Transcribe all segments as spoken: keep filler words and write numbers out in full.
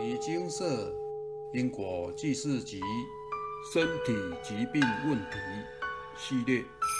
遗精舍因果记事集身体疾病问题系列。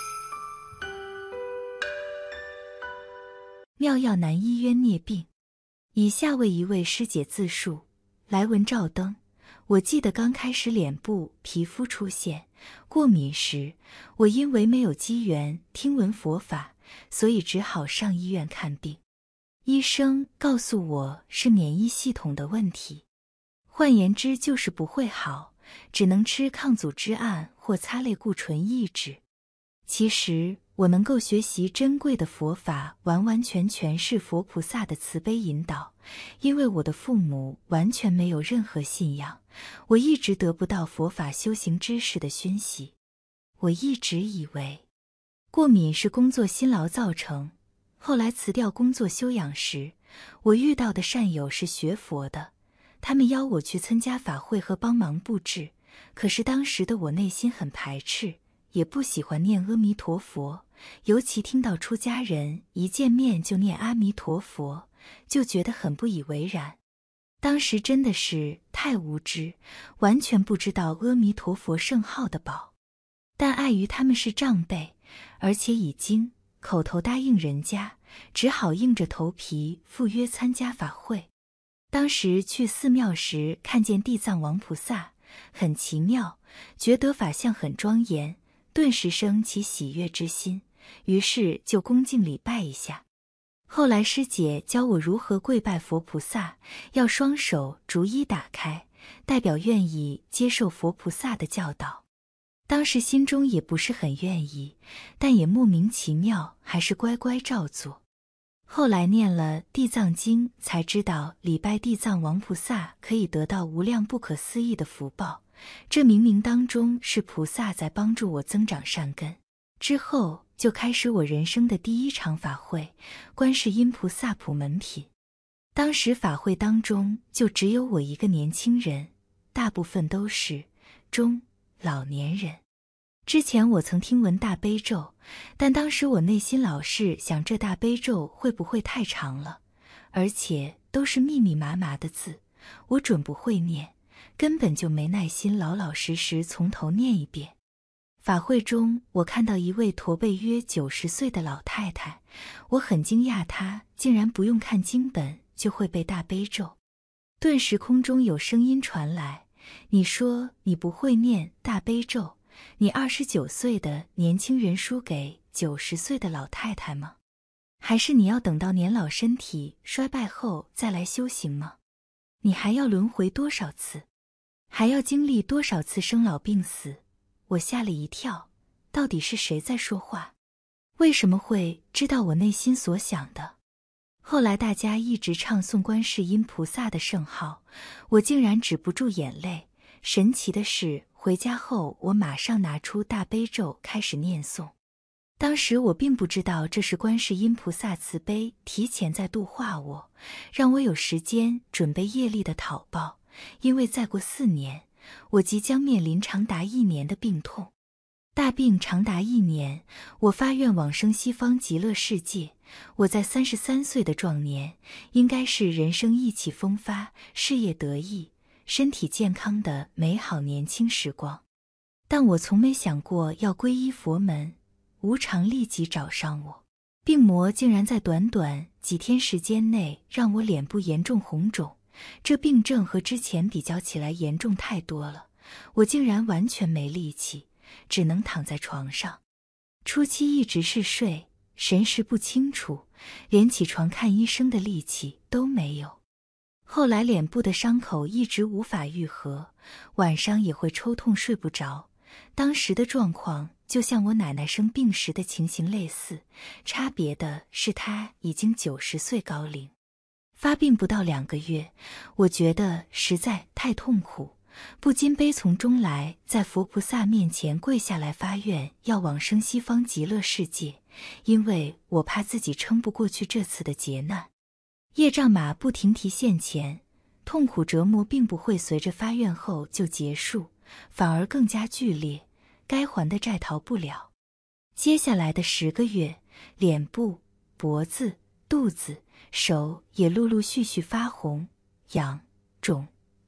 妙药南医冤孽病。以下为一位师姐自述：来文照灯。我记得刚开始脸部皮肤出现过敏时，我因为没有机缘听闻佛法，所以只好上医院看病。医生告诉我是免疫系统的问题，换言之就是不会好，只能吃抗组织胺或擦类固醇抑制。其实我能够学习珍贵的佛法，完完全全是佛菩萨的慈悲引导，因为我的父母完全没有任何信仰，我一直得不到佛法修行知识的熏习。我一直以为过敏是工作辛劳造成，后来辞掉工作休养时，我遇到的善友是学佛的，他们邀我去参加法会和帮忙布置，可是当时的我内心很排斥，也不喜欢念阿弥陀佛，尤其听到出家人一见面就念阿弥陀佛，就觉得很不以为然。当时真的是太无知，完全不知道阿弥陀佛圣号的宝。但碍于他们是长辈，而且已经口头答应人家，只好硬着头皮赴约参加法会。当时去寺庙时看见地藏王菩萨，很奇妙，觉得法相很庄严，顿时生起喜悦之心，于是就恭敬礼拜一下。后来师姐教我如何跪拜佛菩萨，要双手逐一打开，代表愿意接受佛菩萨的教导。当时心中也不是很愿意，但也莫名其妙，还是乖乖照做。后来念了地藏经，才知道礼拜地藏王菩萨可以得到无量不可思议的福报，这冥冥当中是菩萨在帮助我增长善根。之后就开始我人生的第一场法会，观世音菩萨普门品。当时法会当中就只有我一个年轻人，大部分都是中老年人。之前我曾听闻大悲咒，但当时我内心老是想，这大悲咒会不会太长了，而且都是密密麻麻的字，我准不会念，根本就没耐心老老实实从头念一遍。法会中我看到一位驼背约九十岁的老太太，我很惊讶她竟然不用看经本就会背大悲咒。顿时空中有声音传来，你说你不会念大悲咒，你二十九岁的年轻人输给九十岁的老太太吗？还是你要等到年老身体衰败后再来修行吗？你还要轮回多少次？还要经历多少次生老病死？我吓了一跳，到底是谁在说话？为什么会知道我内心所想的？后来大家一直唱诵观世音菩萨的圣号，我竟然止不住眼泪。神奇的是，回家后我马上拿出大悲咒开始念诵。当时我并不知道这是观世音菩萨慈悲提前在度化我，让我有时间准备业力的讨报，因为再过四年，我即将面临长达一年的病痛。大病长达一年，我发愿往生西方极乐世界。我在三十三岁的壮年，应该是人生意气风发、事业得意、身体健康的美好年轻时光。但我从没想过要皈依佛门，无常立即找上我。病魔竟然在短短几天时间内让我脸部严重红肿，这病症和之前比较起来严重太多了，我竟然完全没力气，只能躺在床上。初期一直是睡，神识不清楚，连起床看医生的力气都没有。后来脸部的伤口一直无法愈合，晚上也会抽痛睡不着。当时的状况就像我奶奶生病时的情形类似，差别的是她已经九十岁高龄。发病不到两个月，我觉得实在太痛苦，不禁悲从中来，在佛菩萨面前跪下来发愿要往生西方极乐世界，因为我怕自己撑不过去这次的劫难。业障马不停蹄现前，痛苦折磨并不会随着发愿后就结束，反而更加剧烈，该还的债逃不了。接下来的十个月，脸部、脖子、肚子、手也陆陆续续发红、痒、肿、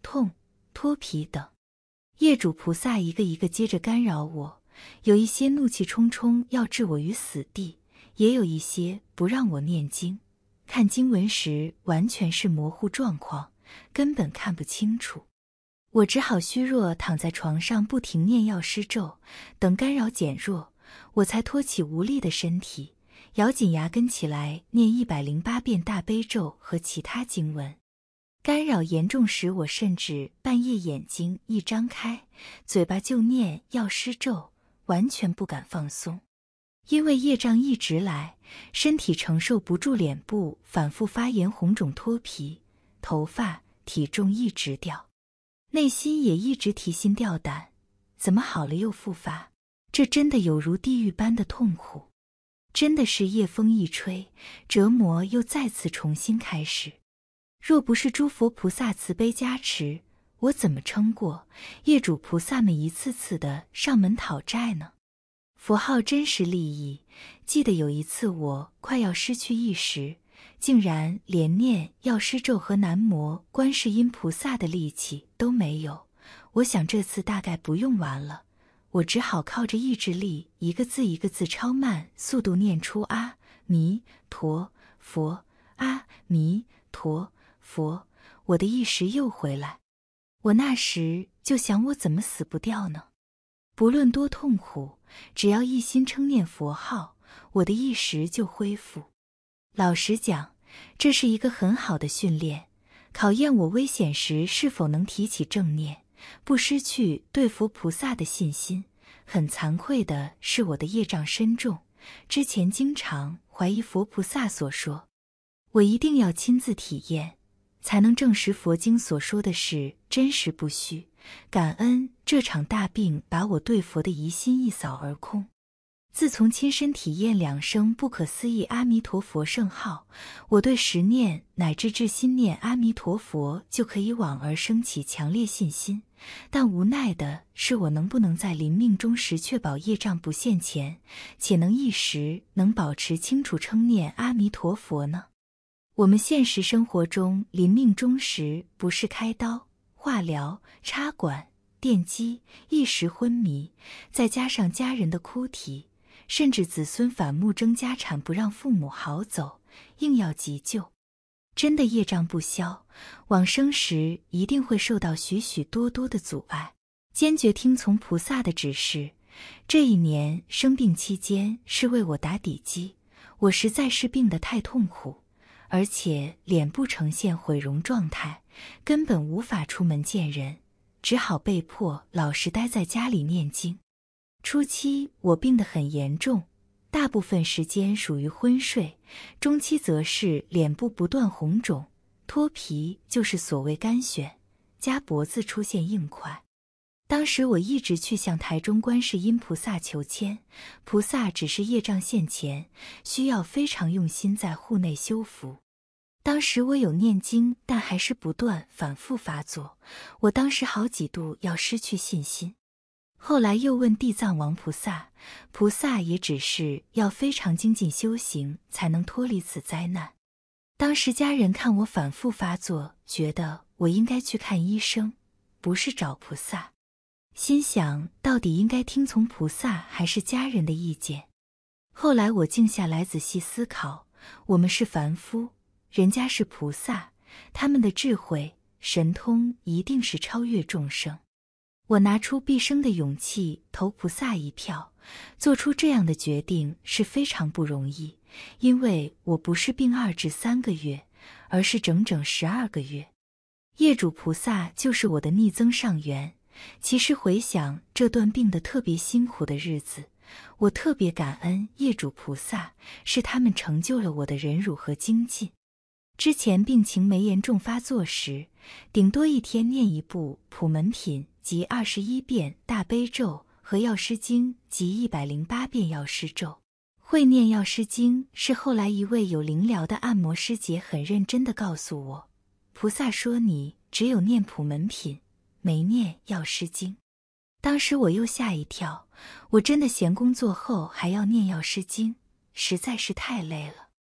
痛、脱皮等。业主菩萨一个一个接着干扰我，有一些怒气冲冲要置我于死地，也有一些不让我念经。看经文时完全是模糊状况，根本看不清楚。我只好虚弱躺在床上不停念药师咒，等干扰减弱，我才托起无力的身体，咬紧牙根起来念一百零八遍大悲咒和其他经文。干扰严重时，我甚至半夜眼睛一张开，嘴巴就念药师咒，完全不敢放松。因为业障一直来，身体承受不住，脸部反复发炎、红肿、脱皮，头发、体重一直掉，内心也一直提心吊胆，怎么好了又复发？这真的有如地狱般的痛苦，真的是夜风一吹，折磨又再次重新开始。若不是诸佛菩萨慈悲加持，我怎么撑过业主菩萨们一次次的上门讨债呢？佛号真实利益，记得有一次我快要失去意识，竟然连念药师咒和南无观世音菩萨的力气都没有。我想这次大概不用完了，我只好靠着意志力，一个字一个字超慢速度念出阿弥陀佛，阿弥陀佛。我的意识又回来，我那时就想，我怎么死不掉呢？不论多痛苦，只要一心称念佛号，我的意识就恢复。老实讲，这是一个很好的训练，考验我危险时是否能提起正念，不失去对佛菩萨的信心。很惭愧的是，我的业障深重，之前经常怀疑佛菩萨所说，我一定要亲自体验，才能证实佛经所说的是真实不虚。感恩这场大病把我对佛的疑心一扫而空。自从亲身体验两声不可思议阿弥陀佛圣号，我对十念乃至至心念阿弥陀佛就可以往而升起强烈信心。但无奈的是，我能不能在临命终时确保业障不现前，且能一时能保持清楚称念阿弥陀佛呢？我们现实生活中临命终时，不是开刀、化疗、插管、电击，一时昏迷，再加上家人的哭啼，甚至子孙反目争家产，不让父母好走，硬要急救。真的业障不消，往生时一定会受到许许多多的阻碍。坚决听从菩萨的指示。这一年生病期间是为我打底基，我实在是病得太痛苦，而且脸部呈现毁容状态，根本无法出门见人，只好被迫老实待在家里念经。初期我病得很严重，大部分时间属于昏睡，中期则是脸部不断红肿、脱皮，就是所谓干癣，加脖子出现硬块。当时我一直去向台中观世音菩萨求签，菩萨只是业障现前，需要非常用心在户内修复。当时我有念经，但还是不断反复发作，我当时好几度要失去信心。后来又问地藏王菩萨，菩萨也只是要非常精进修行才能脱离此灾难。当时家人看我反复发作，觉得我应该去看医生，不是找菩萨。心想到底应该听从菩萨还是家人的意见？后来我静下来仔细思考，我们是凡夫，人家是菩萨，他们的智慧神通一定是超越众生。我拿出毕生的勇气投菩萨一票，做出这样的决定是非常不容易，因为我不是病二至三个月，而是整整十二个月。业主菩萨就是我的逆增上缘。其实回想这段病得特别辛苦的日子，我特别感恩业主菩萨，是他们成就了我的忍辱和精进。之前病情没严重发作时，顶多一天念一部普门品及二十一遍大悲咒和药师经及一百零八遍药师咒。会念药师经是后来一位有灵疗的按摩师姐很认真地告诉我，菩萨说你只有念普门品，没念药师经。当时我又吓一跳，我真的闲工作后还要念药师经，实在是太累了。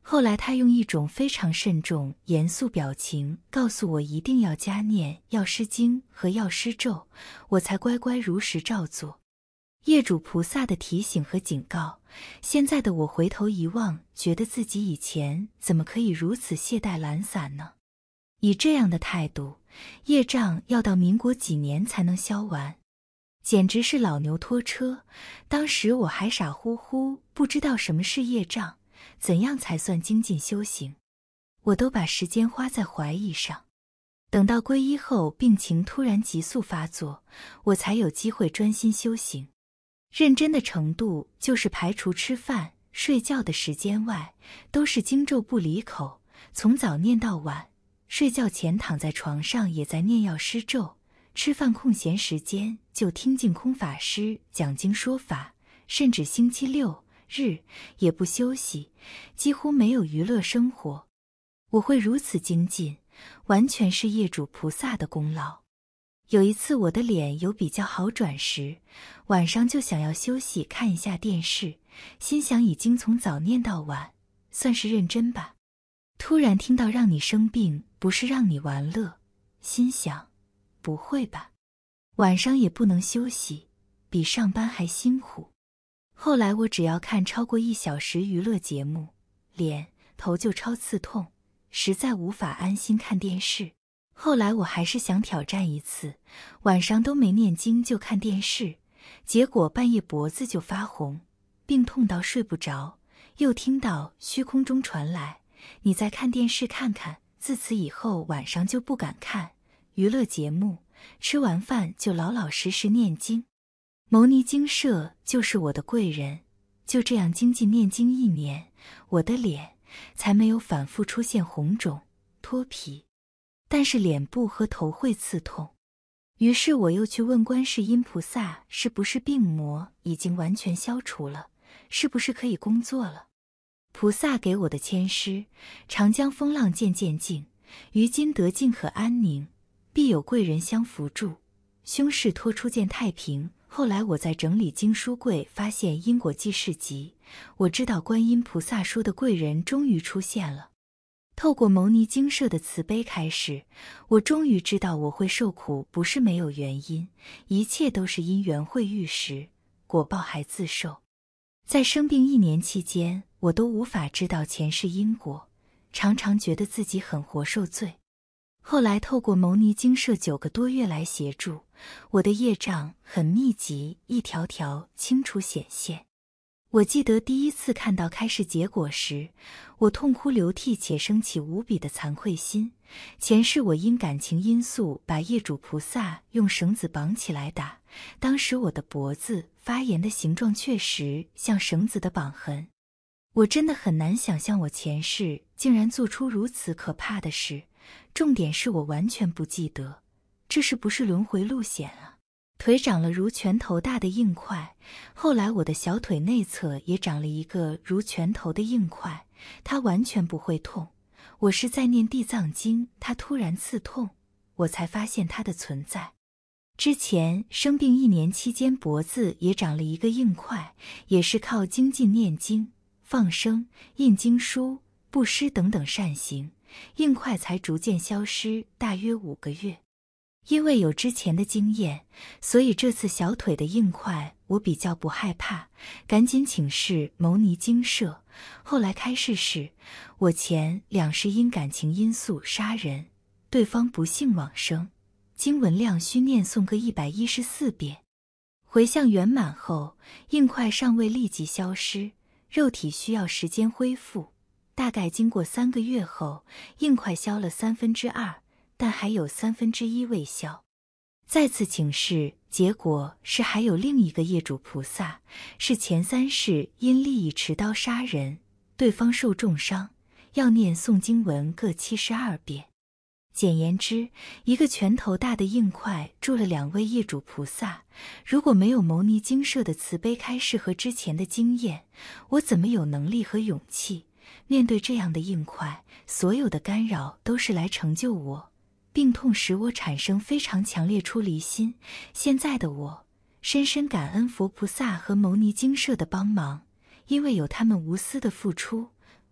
后来他用一种非常慎重、严肃表情告诉我一定要加念药师经和药师咒，我才乖乖如实照做。业主菩萨的提醒和警告，现在的我回头一望，觉得自己以前怎么可以如此懈怠懒散呢？以这样的态度，业障要到民国几年才能消完，简直是老牛拖车。当时我还傻乎乎不知道什么是业障，怎样才算精进修行，我都把时间花在怀疑上。等到皈依后，病情突然急速发作，我才有机会专心修行。认真的程度就是排除吃饭、睡觉的时间外，都是经咒不离口，从早念到晚，睡觉前躺在床上也在念药师咒，吃饭空闲时间就听净空法师讲经说法，甚至星期六日也不休息，几乎没有娱乐生活。我会如此精进，完全是业主菩萨的功劳。有一次我的脸有比较好转时，晚上就想要休息看一下电视，心想已经从早念到晚，算是认真吧。突然听到让你生病不是让你玩乐，心想不会吧，晚上也不能休息，比上班还辛苦。后来我只要看超过一小时娱乐节目，脸头就超刺痛，实在无法安心看电视。后来我还是想挑战一次，晚上都没念经就看电视，结果半夜脖子就发红，病痛到睡不着，又听到虚空中传来你再看电视看看。自此以后晚上就不敢看娱乐节目，吃完饭就老老实实念经。牟尼精舍就是我的贵人，就这样精进念经一年，我的脸才没有反复出现红肿、脱皮，但是脸部和头会刺痛。于是我又去问观世音菩萨，是不是病魔已经完全消除了，是不是可以工作了？菩萨给我的签诗：长江风浪渐渐静，于今得静和安宁，必有贵人相扶助，凶事脱出见太平。后来我在整理经书柜，发现因果记事集，我知道观音菩萨说的贵人终于出现了。透过牟尼精舍的慈悲开示，我终于知道我会受苦不是没有原因，一切都是因缘会遇时，果报还自受。在生病一年期间，我都无法知道前世因果，常常觉得自己很活受罪。后来透过牟尼精舍九个多月来协助，我的业障很密集，一条条清楚显现。我记得第一次看到开示结果时，我痛哭流涕且升起无比的惭愧心。前世我因感情因素把业主菩萨用绳子绑起来打，当时我的脖子发炎的形状确实像绳子的绑痕。我真的很难想象我前世竟然做出如此可怕的事，重点是我完全不记得，这是不是轮回路险啊？腿长了如拳头大的硬块，后来我的小腿内侧也长了一个如拳头的硬块，它完全不会痛。我是在念地藏经，它突然刺痛，我才发现它的存在。之前生病一年期间，脖子也长了一个硬块，也是靠精进念经、放生、印经书、布施等等善行，硬块才逐渐消失，大约五个月。因为有之前的经验，所以这次小腿的硬块我比较不害怕，赶紧请示牟尼精舍。后来开示时，我前两世因感情因素杀人，对方不幸往生，经文量需念诵个一百一十四遍。回向圆满后，硬块尚未立即消失，肉体需要时间恢复，大概经过三个月后，硬块消了三分之二。但还有三分之一未消。再次请示，结果是还有另一个业主菩萨，是前三世因利益持刀杀人，对方受重伤，要念诵经文各七十二遍。简言之，一个拳头大的硬块住了两位业主菩萨。如果没有牟尼精舍的慈悲开示和之前的经验，我怎么有能力和勇气面对这样的硬块？所有的干扰都是来成就我。病痛使我产生非常强烈出离心，现在的我深深感恩佛菩萨和牟尼精舍的帮忙，因为有他们无私的付出，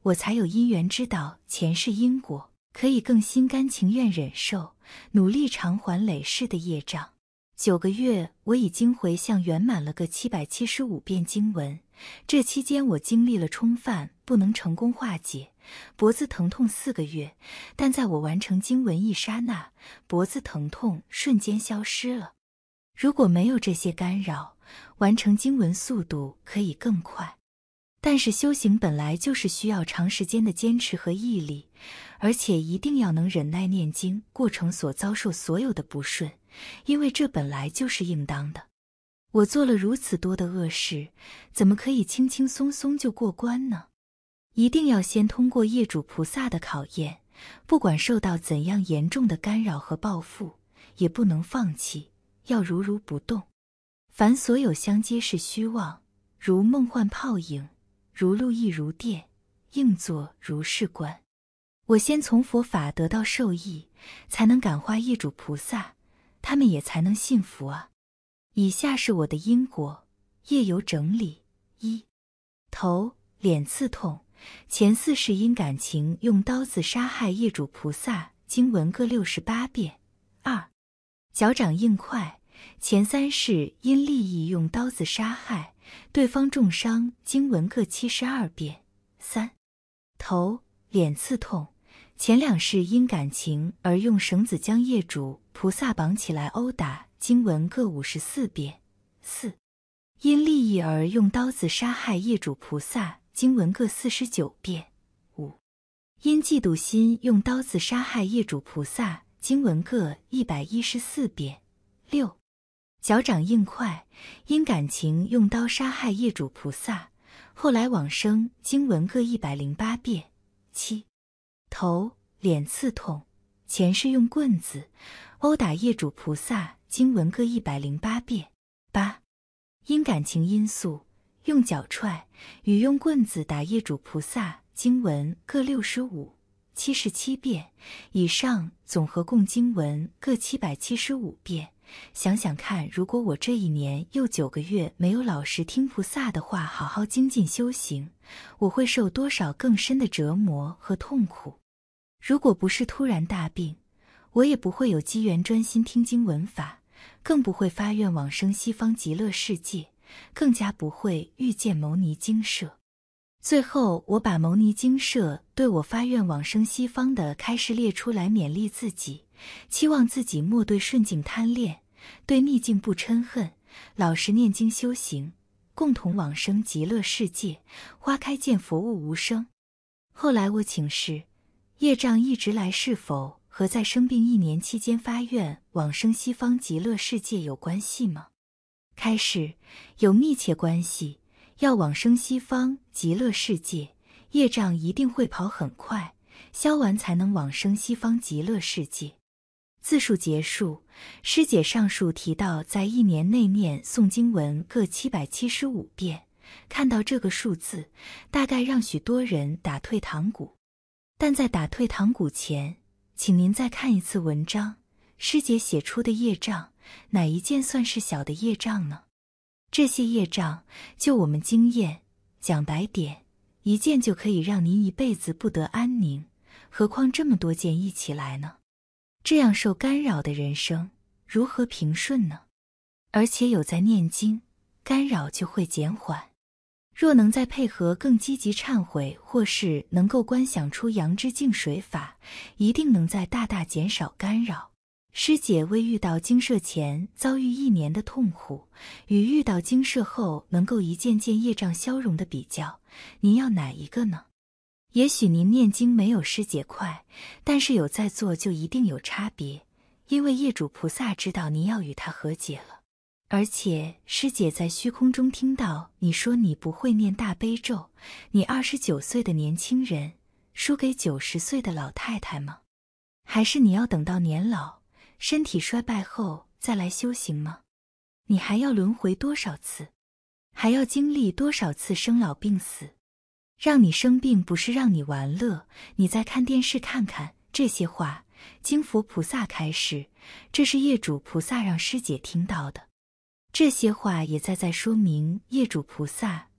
我才有因缘知道前世因果，可以更心甘情愿忍受，努力偿还累世的业障。九个月，我已经回向圆满了个七百七十五遍经文。这期间我经历了冲犯不能成功化解，脖子疼痛四个月，但在我完成经文一刹那，脖子疼痛瞬间消失了。如果没有这些干扰，完成经文速度可以更快。但是修行本来就是需要长时间的坚持和毅力，而且一定要能忍耐念经过程所遭受所有的不顺，因为这本来就是应当的。我做了如此多的恶事，怎么可以轻轻松松就过关呢？一定要先通过业主菩萨的考验，不管受到怎样严重的干扰和报复，也不能放弃，要如如不动。凡所有相皆是虚妄，如梦幻泡影，如露亦如电，应作如是观。我先从佛法得到受益，才能感化业主菩萨，他们也才能信服啊。以下是我的因果业由整理：一、头、脸刺痛，前四世因感情用刀子杀害业主菩萨，经文各六十八遍。二、脚掌硬块，前三世因利益用刀子杀害对方重伤，经文各七十二遍。三、头、脸刺痛，前两世因感情而用绳子将业主菩萨绑起来殴打，经文各五十四遍。四、因利益而用刀子杀害业主菩萨，经文各四十九遍。五、因嫉妒心用刀子杀害业主菩萨，经文各一百一十四遍。六、脚掌硬块，因感情用刀杀害业主菩萨，后来往生，经文各一百零八遍。七、头、脸刺痛，前世用棍子殴打业主菩萨，经文各一百零八遍。八、因感情因素用脚踹与用棍子打业主菩萨，经文各六十五、七十七遍。以上总和共经文各七百七十五遍。想想看，如果我这一年又九个月没有老实听菩萨的话，好好精进修行，我会受多少更深的折磨和痛苦？如果不是突然大病，我也不会有机缘专心听经闻法，更不会发愿往生西方极乐世界，更加不会遇见牟尼精舍。最后，我把牟尼精舍对我发愿往生西方的开示列出来，勉励自己，期望自己莫对顺境贪恋，对逆境不嗔恨，老实念经修行，共同往生极乐世界，花开见佛悟无生。后来我请示，业障一直来是否和在生病一年期间发愿往生西方极乐世界有关系吗？开示，有密切关系。要往生西方极乐世界，业障一定会跑很快，消完才能往生西方极乐世界。自述结束。师姐上述提到，在一年内念诵经文各七百七十五遍，看到这个数字，大概让许多人打退堂鼓。但在打退堂鼓前，请您再看一次文章，师姐写出的业障，哪一件算是小的业障呢？这些业障，就我们经验，讲白点，一件就可以让您一辈子不得安宁，何况这么多件一起来呢？这样受干扰的人生，如何平顺呢？而且有在念经，干扰就会减缓。若能再配合更积极忏悔，或是能够观想出阳之净水法，一定能再大大减少干扰。师姐为遇到精舍前遭遇一年的痛苦，与遇到精舍后能够一件件业障消融的比较，您要哪一个呢？也许您念经没有师姐快，但是有在做就一定有差别，因为业主菩萨知道您要与他和解了。而且师姐在虚空中听到你说你不会念大悲咒，你二十九岁的年轻人输给九十岁的老太太吗？还是你要等到年老身体衰败后再来修行吗？你还要轮回多少次？还要经历多少次生老病死？让你生病不是让你玩乐，你再看电视看看。这些话经佛菩萨开示，这是业主菩萨让师姐听到的。这些话也在在说明业主菩萨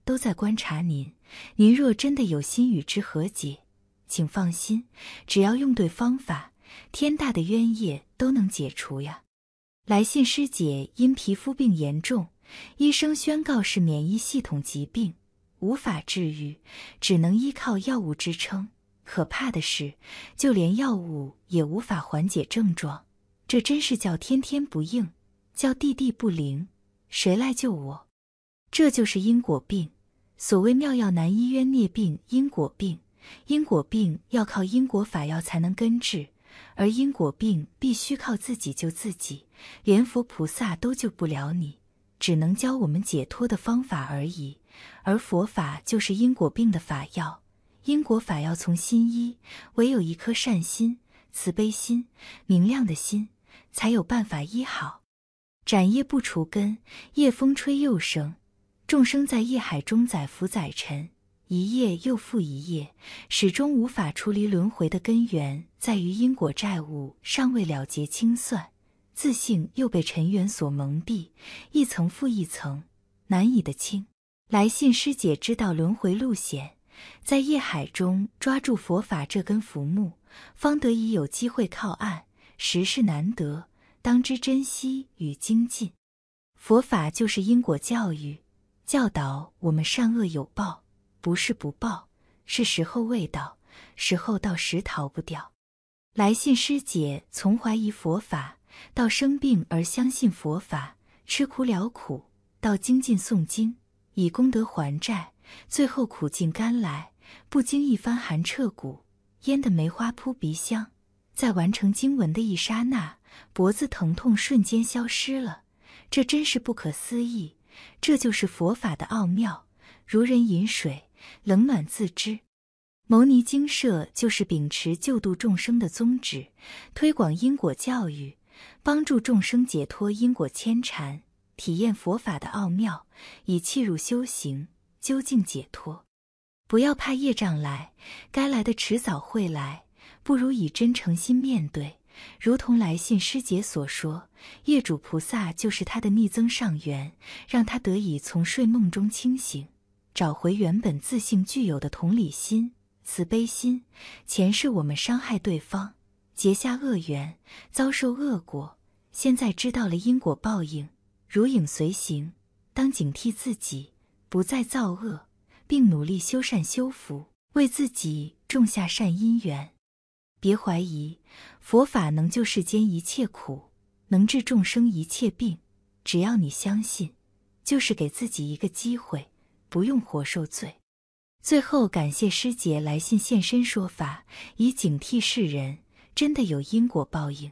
都在观察您。您若真的有心与之和解，请放心，只要用对方法，天大的冤业都能解除呀。来信师姐因皮肤病严重，医生宣告是免疫系统疾病，无法治愈，只能依靠药物支撑。可怕的是，就连药物也无法缓解症状，这真是叫天天不应，叫地地不灵，谁来救我？这就是因果病。所谓妙药难医，冤孽病，因果病。因果病要靠因果法药才能根治，而因果病必须靠自己救自己，连佛菩萨都救不了你，只能教我们解脱的方法而已。而佛法就是因果病的法药，因果法要从心医，唯有一颗善心、慈悲心、明亮的心，才有办法医好。斩业不除根，夜风吹又生。众生在业海中载浮载沉，一夜又复一夜，始终无法处理轮回的根源，在于因果债务尚未了结清算，自性又被尘缘所蒙蔽，一层复一层，难以得清。来信师姐知道轮回路险，在业海中抓住佛法这根浮木，方得以有机会靠岸，时势难得，当知珍惜与精进。佛法就是因果教育，教导我们善恶有报，不是不报，是时候未到，时候到时逃不掉。来信师姐从怀疑佛法，到生病而相信佛法，吃苦了苦，到精进诵经，以功德还债，最后苦尽甘来，不经一番寒彻骨，腌得梅花扑鼻香，在完成经文的一刹那，脖子疼痛瞬间消失了，这真是不可思议。这就是佛法的奥妙，如人饮水，冷暖自知。牟尼精舍就是秉持救度众生的宗旨，推广因果教育，帮助众生解脱因果牵缠，体验佛法的奥妙，以契入修行，究竟解脱。不要怕业障来，该来的迟早会来，不如以真诚心面对。如同来信师姐所说，业主菩萨就是他的逆增上缘，让他得以从睡梦中清醒，找回原本自性具有的同理心、慈悲心。前世我们伤害对方，结下恶缘，遭受恶果，现在知道了因果报应，如影随形，当警惕自己，不再造恶，并努力修善修福，为自己种下善因缘。别怀疑，佛法能救世间一切苦，能治众生一切病，只要你相信，就是给自己一个机会，不用活受罪。最后感谢师姐来信现身说法，以警惕世人，真的有因果报应。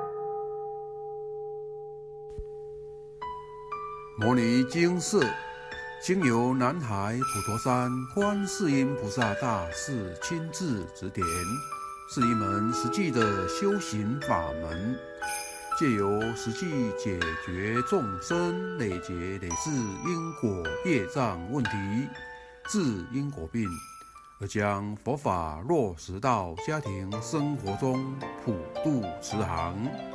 摩尼精舍经由南海普陀山观世音菩萨大士亲自指点，是一门实际的修行法门，借由实际解决众生累劫累世因果业障问题，治因果病，而将佛法落实到家庭生活中，普度慈航。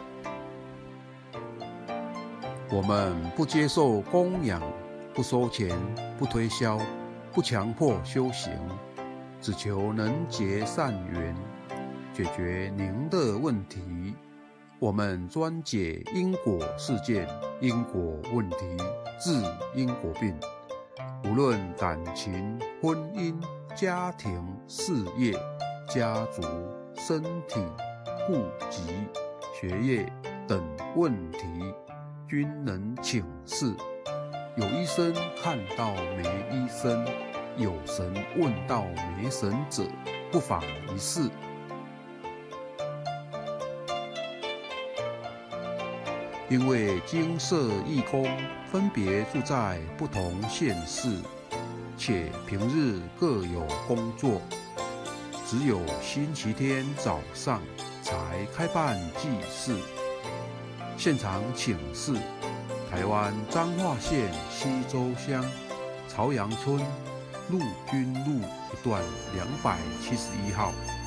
我们不接受供养，不收钱，不推销，不强迫修行，只求能结善缘，解决您的问题。我们专解因果事件、因果问题，治因果病。无论感情、婚姻、家庭、事业、家族、身体、户籍、学业等问题，均能请示。有医生看到没医生，有神问到没神者，不妨一试。因为精舍义工分别住在不同县市，且平日各有工作，只有星期天早上才开办祭祀。现场请示台湾彰化县溪州乡朝阳村陆军路一段两百七十一号。